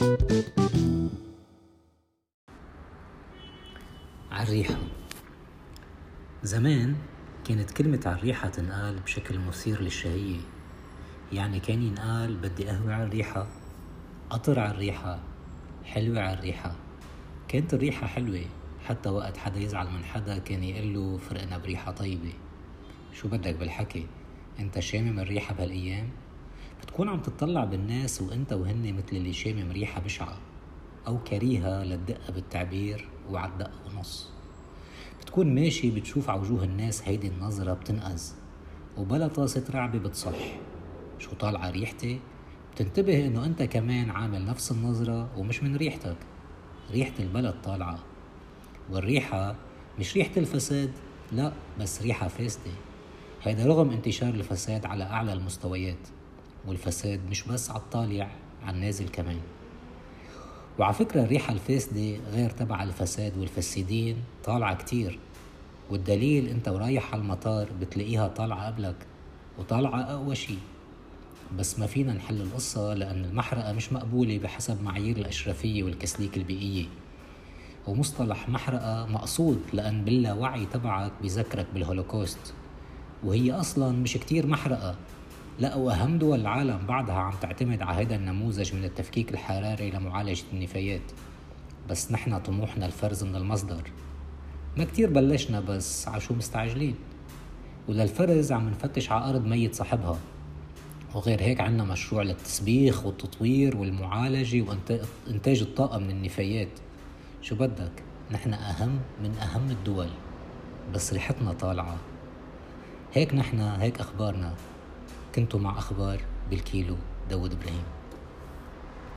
عالريحة. زمان كانت كلمة عالريحة تنقال بشكل مثير للشهية، يعني كان ينقال بدي قهوة عالريحة، قطر عالريحة، حلوة عالريحة. كانت الريحة حلوة، حتى وقت حدا يزعل من حدا كان يقله فرقنا بريحة طيبة. شو بدك بالحكي؟ انت شامم الريحة بهالأيام؟ بتكون عم تطلع بالناس وانت وهن مثل اللي شامم ريحة بشعة أو كريهة للدقة بالتعبير وعالدقة ونص. بتكون ماشي بتشوف عوجوه الناس هيدي النظرة بتنقز، وبلا طاسة رعبة بتصح شو طالعة ريحتي. بتنتبه انه انت كمان عامل نفس النظرة ومش من ريحتك، ريحة البلد طالعة. والريحة مش ريحة الفساد، لا، بس ريحة فاسدة. هيدا رغم انتشار الفساد على أعلى المستويات، والفساد مش بس عالطالع، عالنازل كمان. وعلى فكرة الريحة الفاسدة غير تبع الفساد والفسادين طالعة كتير، والدليل انت ورايح على المطار بتلاقيها طالعة قبلك، وطالعة أقوى شي. بس ما فينا نحل القصة لأن المحرقة مش مقبولة بحسب معايير الأشرفية والكسليك البيئية. ومصطلح محرقة مقصود لأن باللاوعي تبعك بيذكرك بالهولوكوست، وهي أصلا مش كتير محرقة. لا، وأهم دول العالم بعدها عم تعتمد على هذا النموذج من التفكيك الحراري لمعالجة النفايات. بس نحنا طموحنا الفرز من المصدر، ما كتير بلشنا بس عشو مستعجلين. وللفرز عم نفتش على أرض ميت صاحبها. وغير هيك عنا مشروع للتسبيخ والتطوير والمعالجة وإنتاج الطاقة من النفايات. شو بدك؟ نحن أهم من أهم الدول، بس ريحتنا طالعة. هيك نحن، هيك أخبارنا. كنتوا مع أخبار بالكيلو، داود إبراهيم.